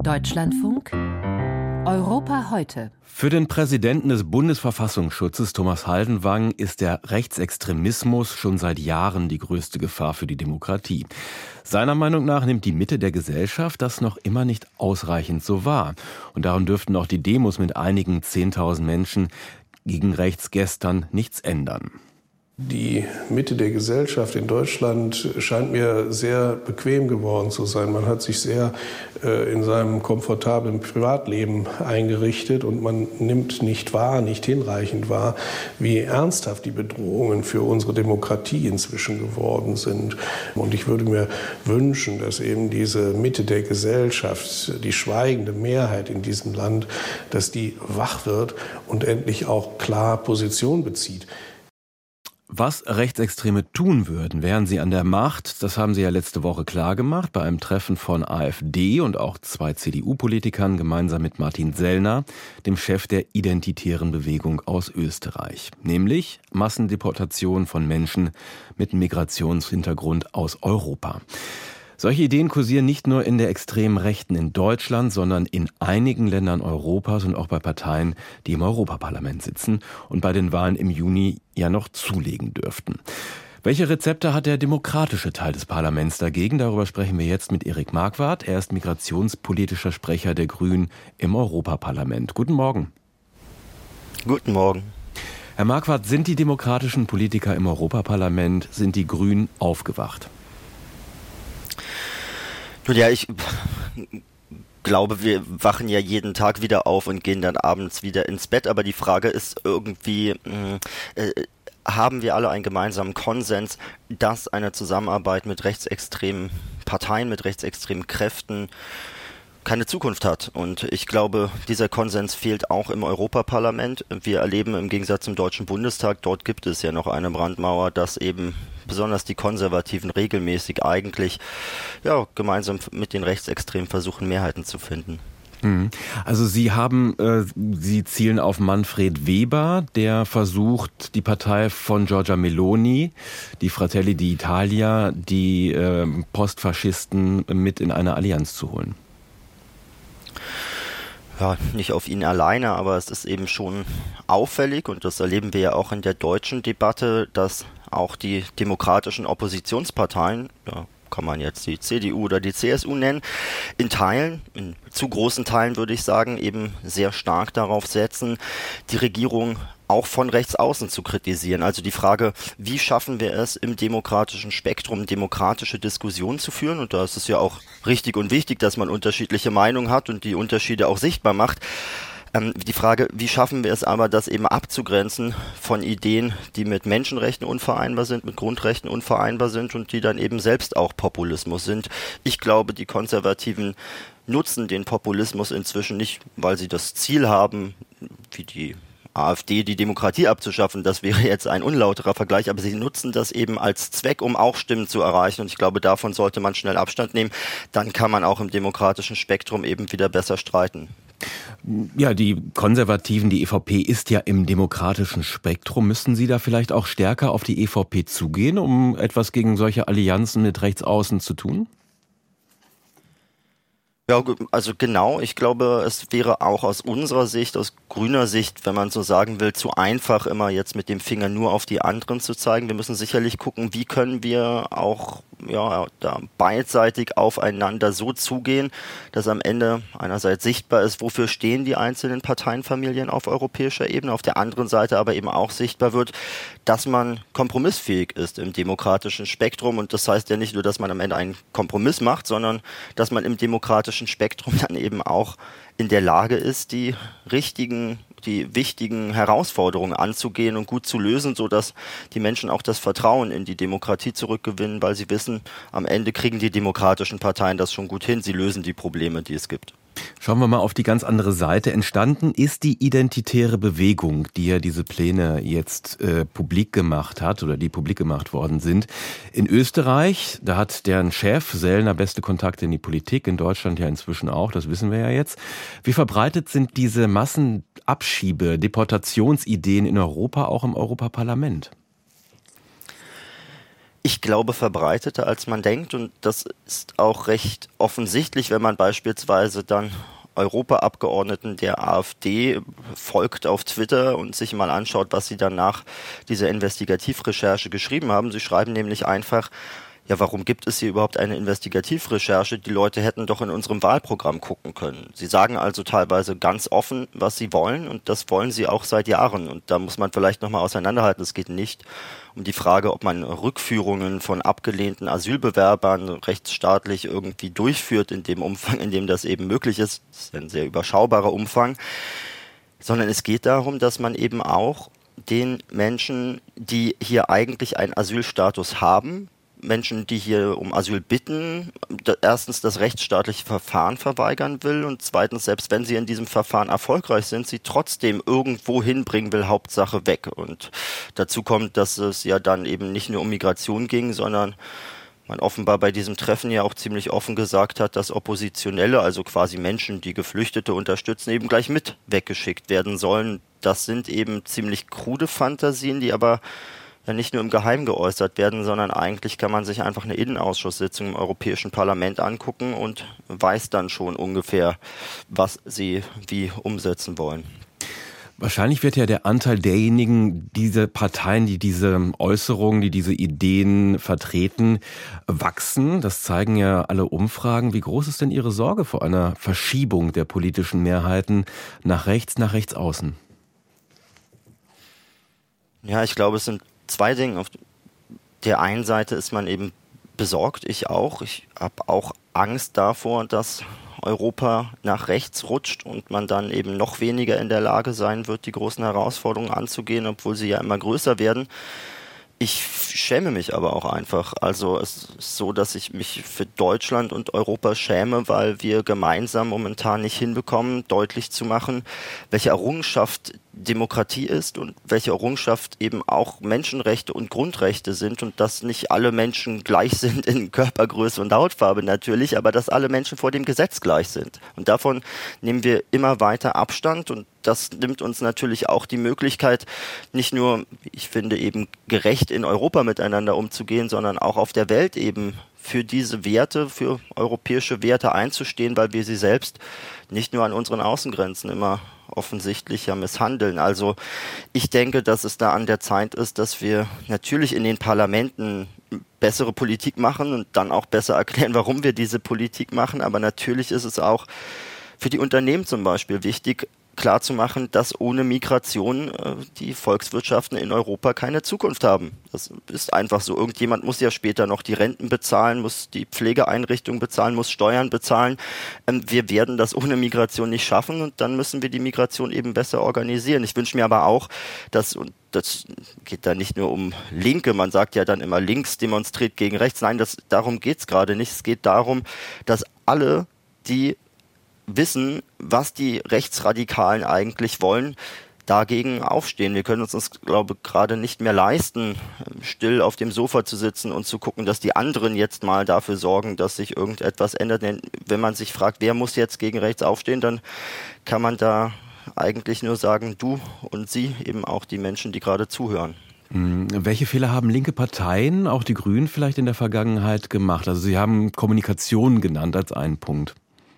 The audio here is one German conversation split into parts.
Deutschlandfunk Europa heute. Für den Präsidenten des Bundesverfassungsschutzes, Thomas Haldenwang, ist der Rechtsextremismus schon seit Jahren die größte Gefahr für die Demokratie. Seiner Meinung nach nimmt die Mitte der Gesellschaft das noch immer nicht ausreichend so wahr. Und darum dürften auch die Demos mit einigen 10.000 Menschen gegen rechts gestern nichts ändern. Die Mitte der Gesellschaft in Deutschland scheint mir sehr bequem geworden zu sein. Man hat sich sehr in seinem komfortablen Privatleben eingerichtet und man nimmt nicht wahr, nicht hinreichend wahr, wie ernsthaft die Bedrohungen für unsere Demokratie inzwischen geworden sind. Und ich würde mir wünschen, dass eben diese Mitte der Gesellschaft, die schweigende Mehrheit in diesem Land, dass die wach wird und endlich auch klar Position bezieht. Was Rechtsextreme tun würden, wären sie an der Macht, das haben sie ja letzte Woche klargemacht bei einem Treffen von AfD und auch 2 CDU-Politikern gemeinsam mit Martin Sellner, dem Chef der Identitären Bewegung aus Österreich. Nämlich Massendeportation von Menschen mit Migrationshintergrund aus Europa. Solche Ideen kursieren nicht nur in der extremen Rechten in Deutschland, sondern in einigen Ländern Europas und auch bei Parteien, die im Europaparlament sitzen und bei den Wahlen im Juni ja noch zulegen dürften. Welche Rezepte hat der demokratische Teil des Parlaments dagegen? Darüber sprechen wir jetzt mit Erik Marquardt. Er ist migrationspolitischer Sprecher der Grünen im Europaparlament. Guten Morgen. Guten Morgen. Herr Marquardt, sind die demokratischen Politiker im Europaparlament, sind die Grünen aufgewacht? Nun ja, ich glaube, wir wachen ja jeden Tag wieder auf und gehen dann abends wieder ins Bett. Aber die Frage ist irgendwie, haben wir alle einen gemeinsamen Konsens, dass eine Zusammenarbeit mit rechtsextremen Parteien, mit rechtsextremen Kräften keine Zukunft hat. Und ich glaube, dieser Konsens fehlt auch im Europaparlament. Wir erleben im Gegensatz zum Deutschen Bundestag, dort gibt es ja noch eine Brandmauer, dass eben besonders die Konservativen regelmäßig eigentlich gemeinsam mit den Rechtsextremen versuchen, Mehrheiten zu finden. Also Sie zielen auf Manfred Weber, der versucht, die Partei von Giorgia Meloni, die Fratelli d'Italia, die Postfaschisten mit in eine Allianz zu holen. Ja, nicht auf ihn alleine, aber es ist eben schon auffällig und das erleben wir ja auch in der deutschen Debatte, dass auch die demokratischen Oppositionsparteien, da kann man jetzt die CDU oder die CSU nennen, in zu großen Teilen würde ich sagen, eben sehr stark darauf setzen, die Regierung auch von rechts außen zu kritisieren. Also die Frage, wie schaffen wir es im demokratischen Spektrum, demokratische Diskussionen zu führen? Und da ist es ja auch richtig und wichtig, dass man unterschiedliche Meinungen hat und die Unterschiede auch sichtbar macht. Die Frage, wie schaffen wir es aber, das eben abzugrenzen von Ideen, die mit Menschenrechten unvereinbar sind, mit Grundrechten unvereinbar sind und die dann eben selbst auch Populismus sind. Ich glaube, die Konservativen nutzen den Populismus inzwischen nicht, weil sie das Ziel haben, wie die AfD die Demokratie abzuschaffen, das wäre jetzt ein unlauterer Vergleich, aber sie nutzen das eben als Zweck, um auch Stimmen zu erreichen und ich glaube, davon sollte man schnell Abstand nehmen, dann kann man auch im demokratischen Spektrum eben wieder besser streiten. Ja, die Konservativen, die EVP ist ja im demokratischen Spektrum. Müssen Sie da vielleicht auch stärker auf die EVP zugehen, um etwas gegen solche Allianzen mit Rechtsaußen zu tun? Ja, also genau, ich glaube, es wäre auch aus unserer Sicht, aus grüner Sicht, wenn man so sagen will, zu einfach immer jetzt mit dem Finger nur auf die anderen zu zeigen. Wir müssen sicherlich gucken, wie können wir auch da beidseitig aufeinander so zugehen, dass am Ende einerseits sichtbar ist, wofür stehen die einzelnen Parteienfamilien auf europäischer Ebene, auf der anderen Seite aber eben auch sichtbar wird, dass man kompromissfähig ist im demokratischen Spektrum und das heißt ja nicht nur, dass man am Ende einen Kompromiss macht, sondern dass man im demokratischen Spektrum dann eben auch in der Lage ist, die wichtigen Herausforderungen anzugehen und gut zu lösen, sodass die Menschen auch das Vertrauen in die Demokratie zurückgewinnen, weil sie wissen, am Ende kriegen die demokratischen Parteien das schon gut hin, sie lösen die Probleme, die es gibt. Schauen wir mal auf die ganz andere Seite. Entstanden ist die Identitäre Bewegung, die ja diese Pläne jetzt publik gemacht hat oder die publik gemacht worden sind. In Österreich, da hat deren Chef Sellner beste Kontakte in die Politik, in Deutschland ja inzwischen auch, das wissen wir ja jetzt. Wie verbreitet sind diese Deportationsideen in Europa, auch im Europaparlament? Ich glaube, verbreiteter als man denkt, und das ist auch recht offensichtlich, wenn man beispielsweise dann Europaabgeordneten der AfD folgt auf Twitter und sich mal anschaut, was sie dann nach dieser Investigativrecherche geschrieben haben. Sie schreiben nämlich einfach: Ja, warum gibt es hier überhaupt eine Investigativrecherche? Die Leute hätten doch in unserem Wahlprogramm gucken können. Sie sagen also teilweise ganz offen, was sie wollen, und das wollen sie auch seit Jahren. Und da muss man vielleicht nochmal auseinanderhalten. Es geht nicht um die Frage, ob man Rückführungen von abgelehnten Asylbewerbern rechtsstaatlich irgendwie durchführt in dem Umfang, in dem das eben möglich ist. Das ist ein sehr überschaubarer Umfang. Sondern es geht darum, dass man eben auch den Menschen, die hier eigentlich einen Asylstatus haben, Menschen, die hier um Asyl bitten, erstens das rechtsstaatliche Verfahren verweigern will und zweitens, selbst wenn sie in diesem Verfahren erfolgreich sind, sie trotzdem irgendwo hinbringen will, Hauptsache weg. Und dazu kommt, dass es ja dann eben nicht nur um Migration ging, sondern man offenbar bei diesem Treffen ja auch ziemlich offen gesagt hat, dass Oppositionelle, also quasi Menschen, die Geflüchtete unterstützen, eben gleich mit weggeschickt werden sollen. Das sind eben ziemlich krude Fantasien, die aber ja nicht nur im Geheimen geäußert werden, sondern eigentlich kann man sich einfach eine Innenausschusssitzung im Europäischen Parlament angucken und weiß dann schon ungefähr, was sie wie umsetzen wollen. Wahrscheinlich wird ja der Anteil derjenigen, diese Parteien, die diese Äußerungen, die diese Ideen vertreten, wachsen. Das zeigen ja alle Umfragen. Wie groß ist denn Ihre Sorge vor einer Verschiebung der politischen Mehrheiten nach rechts außen? Ja, ich glaube, es sind zwei Dinge. Auf der einen Seite ist man eben besorgt, ich auch. Ich habe auch Angst davor, dass Europa nach rechts rutscht und man dann eben noch weniger in der Lage sein wird, die großen Herausforderungen anzugehen, obwohl sie ja immer größer werden. Ich schäme mich aber auch einfach. Also es ist so, dass ich mich für Deutschland und Europa schäme, weil wir gemeinsam momentan nicht hinbekommen, deutlich zu machen, welche Errungenschaft Demokratie ist und welche Errungenschaft eben auch Menschenrechte und Grundrechte sind und dass nicht alle Menschen gleich sind in Körpergröße und Hautfarbe natürlich, aber dass alle Menschen vor dem Gesetz gleich sind. Und davon nehmen wir immer weiter Abstand und das nimmt uns natürlich auch die Möglichkeit, nicht nur, ich finde, eben gerecht in Europa miteinander umzugehen, sondern auch auf der Welt eben für diese Werte, für europäische Werte einzustehen, weil wir sie selbst nicht nur an unseren Außengrenzen immer offensichtlich ja misshandeln. Also ich denke, dass es da an der Zeit ist, dass wir natürlich in den Parlamenten bessere Politik machen und dann auch besser erklären, warum wir diese Politik machen. Aber natürlich ist es auch für die Unternehmen zum Beispiel wichtig, klarzumachen, dass ohne Migration die Volkswirtschaften in Europa keine Zukunft haben. Das ist einfach so. Irgendjemand muss ja später noch die Renten bezahlen, muss die Pflegeeinrichtungen bezahlen, muss Steuern bezahlen. Wir werden das ohne Migration nicht schaffen und dann müssen wir die Migration eben besser organisieren. Ich wünsche mir aber auch, dass, und das geht da nicht nur um Linke, man sagt ja dann immer, links demonstriert gegen rechts. Nein, darum geht es gerade nicht. Es geht darum, dass alle, die wissen, was die Rechtsradikalen eigentlich wollen, dagegen aufstehen. Wir können uns das, glaube ich, gerade nicht mehr leisten, still auf dem Sofa zu sitzen und zu gucken, dass die anderen jetzt mal dafür sorgen, dass sich irgendetwas ändert. Denn wenn man sich fragt, wer muss jetzt gegen rechts aufstehen, dann kann man da eigentlich nur sagen, du und sie, eben auch die Menschen, die gerade zuhören. Welche Fehler haben linke Parteien, auch die Grünen vielleicht in der Vergangenheit gemacht? Also Sie haben Kommunikation genannt als einen Punkt.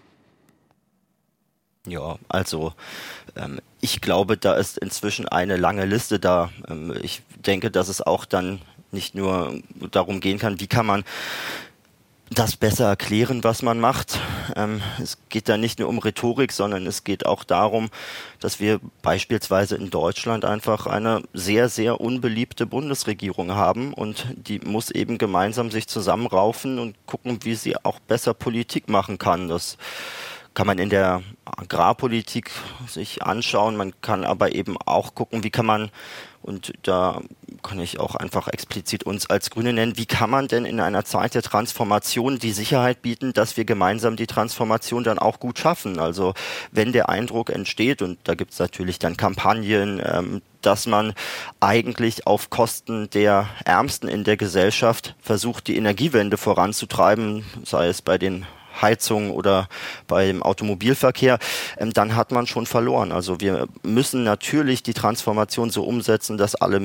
Ja, also ich glaube, da ist inzwischen eine lange Liste da. Ich denke, dass es auch dann nicht nur darum gehen kann, wie kann man das besser erklären, was man macht. Es geht da nicht nur um Rhetorik, sondern es geht auch darum, dass wir beispielsweise in Deutschland einfach eine sehr, sehr unbeliebte Bundesregierung haben und die muss eben gemeinsam sich zusammenraufen und gucken, wie sie auch besser Politik machen kann. Das kann man in der Agrarpolitik sich anschauen, man kann aber eben auch gucken, wie kann man, und da kann ich auch einfach explizit uns als Grüne nennen, wie kann man denn in einer Zeit der Transformation die Sicherheit bieten, dass wir gemeinsam die Transformation dann auch gut schaffen. Also wenn der Eindruck entsteht, und da gibt es natürlich dann Kampagnen, dass man eigentlich auf Kosten der Ärmsten in der Gesellschaft versucht, die Energiewende voranzutreiben, sei es bei den Heizung oder beim Automobilverkehr, dann hat man schon verloren. Also wir müssen natürlich die Transformation so umsetzen, dass alle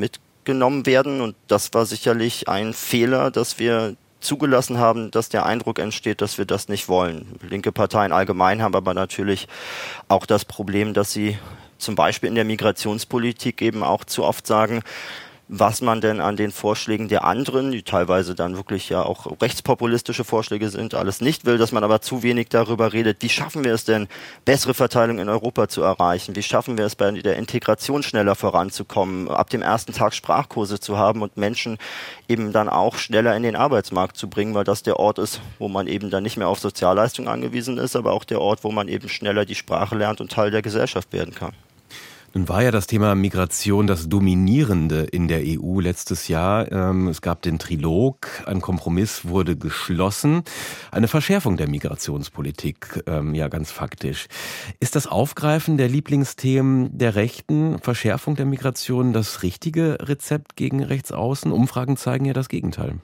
genommen werden. Und das war sicherlich ein Fehler, dass wir zugelassen haben, dass der Eindruck entsteht, dass wir das nicht wollen. Linke Parteien allgemein haben aber natürlich auch das Problem, dass sie zum Beispiel in der Migrationspolitik eben auch zu oft sagen, was man denn an den Vorschlägen der anderen, die teilweise dann wirklich ja auch rechtspopulistische Vorschläge sind, alles nicht will, dass man aber zu wenig darüber redet, wie schaffen wir es denn, bessere Verteilung in Europa zu erreichen, wie schaffen wir es bei der Integration schneller voranzukommen, ab dem ersten Tag Sprachkurse zu haben und Menschen eben dann auch schneller in den Arbeitsmarkt zu bringen, weil das der Ort ist, wo man eben dann nicht mehr auf Sozialleistungen angewiesen ist, aber auch der Ort, wo man eben schneller die Sprache lernt und Teil der Gesellschaft werden kann. Nun war ja das Thema Migration das Dominierende in der EU letztes Jahr. Es gab den Trilog, ein Kompromiss wurde geschlossen. Eine Verschärfung der Migrationspolitik, ja ganz faktisch. Ist das Aufgreifen der Lieblingsthemen der Rechten, Verschärfung der Migration, das richtige Rezept gegen Rechtsaußen? Umfragen zeigen ja das Gegenteil.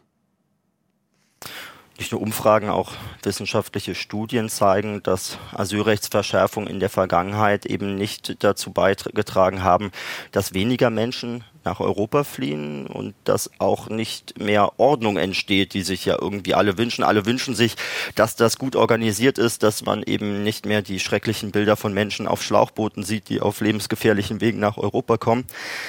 Nicht nur Umfragen, auch wissenschaftliche Studien zeigen, dass Asylrechtsverschärfungen in der Vergangenheit eben nicht dazu beigetragen haben, dass weniger Menschen nach Europa fliehen und dass auch nicht mehr Ordnung entsteht, die sich ja irgendwie alle wünschen. Alle wünschen sich, dass das gut organisiert ist, dass man eben nicht mehr die schrecklichen Bilder von Menschen auf Schlauchbooten sieht, die auf lebensgefährlichen Wegen nach Europa kommen.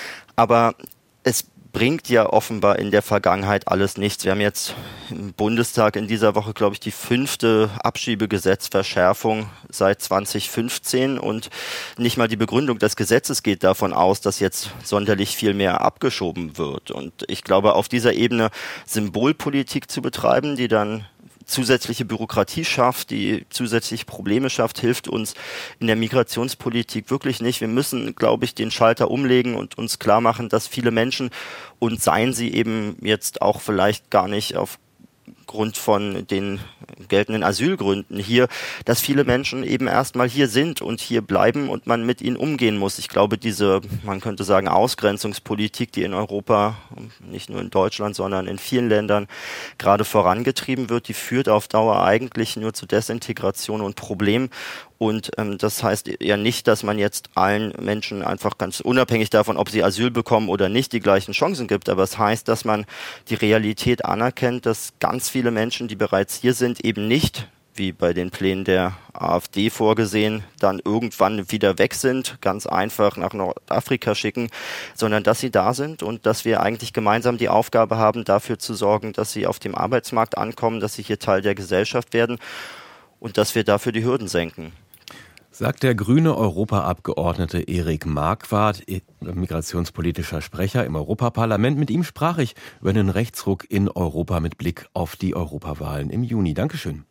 Aber es bringt ja offenbar in der Vergangenheit alles nichts. Wir haben jetzt im Bundestag in dieser Woche, glaube ich, die 5. Abschiebegesetzverschärfung seit 2015 und nicht mal die Begründung des Gesetzes geht davon aus, dass jetzt sonderlich viel mehr abgeschoben wird. Und ich glaube, auf dieser Ebene Symbolpolitik zu betreiben, die dann zusätzliche Bürokratie schafft, die zusätzliche Probleme schafft, hilft uns in der Migrationspolitik wirklich nicht. Wir müssen, glaube ich, den Schalter umlegen und uns klar machen, dass viele Menschen, und seien sie eben jetzt auch vielleicht gar nicht aufgrund von den geltenden Asylgründen hier, dass viele Menschen eben erstmal hier sind und hier bleiben und man mit ihnen umgehen muss. Ich glaube, diese, man könnte sagen, Ausgrenzungspolitik, die in Europa, nicht nur in Deutschland, sondern in vielen Ländern gerade vorangetrieben wird, die führt auf Dauer eigentlich nur zu Desintegration und Problemen. Und das heißt ja nicht, dass man jetzt allen Menschen einfach ganz unabhängig davon, ob sie Asyl bekommen oder nicht, die gleichen Chancen gibt. Aber es heißt, dass man die Realität anerkennt, dass ganz viele Menschen, die bereits hier sind, eben nicht, wie bei den Plänen der AfD vorgesehen, dann irgendwann wieder weg sind, ganz einfach nach Nordafrika schicken, sondern dass sie da sind und dass wir eigentlich gemeinsam die Aufgabe haben, dafür zu sorgen, dass sie auf dem Arbeitsmarkt ankommen, dass sie hier Teil der Gesellschaft werden und dass wir dafür die Hürden senken. Sagt der grüne Europaabgeordnete Erik Marquardt, migrationspolitischer Sprecher im Europaparlament. Mit ihm sprach ich über den Rechtsruck in Europa mit Blick auf die Europawahlen im Juni. Dankeschön.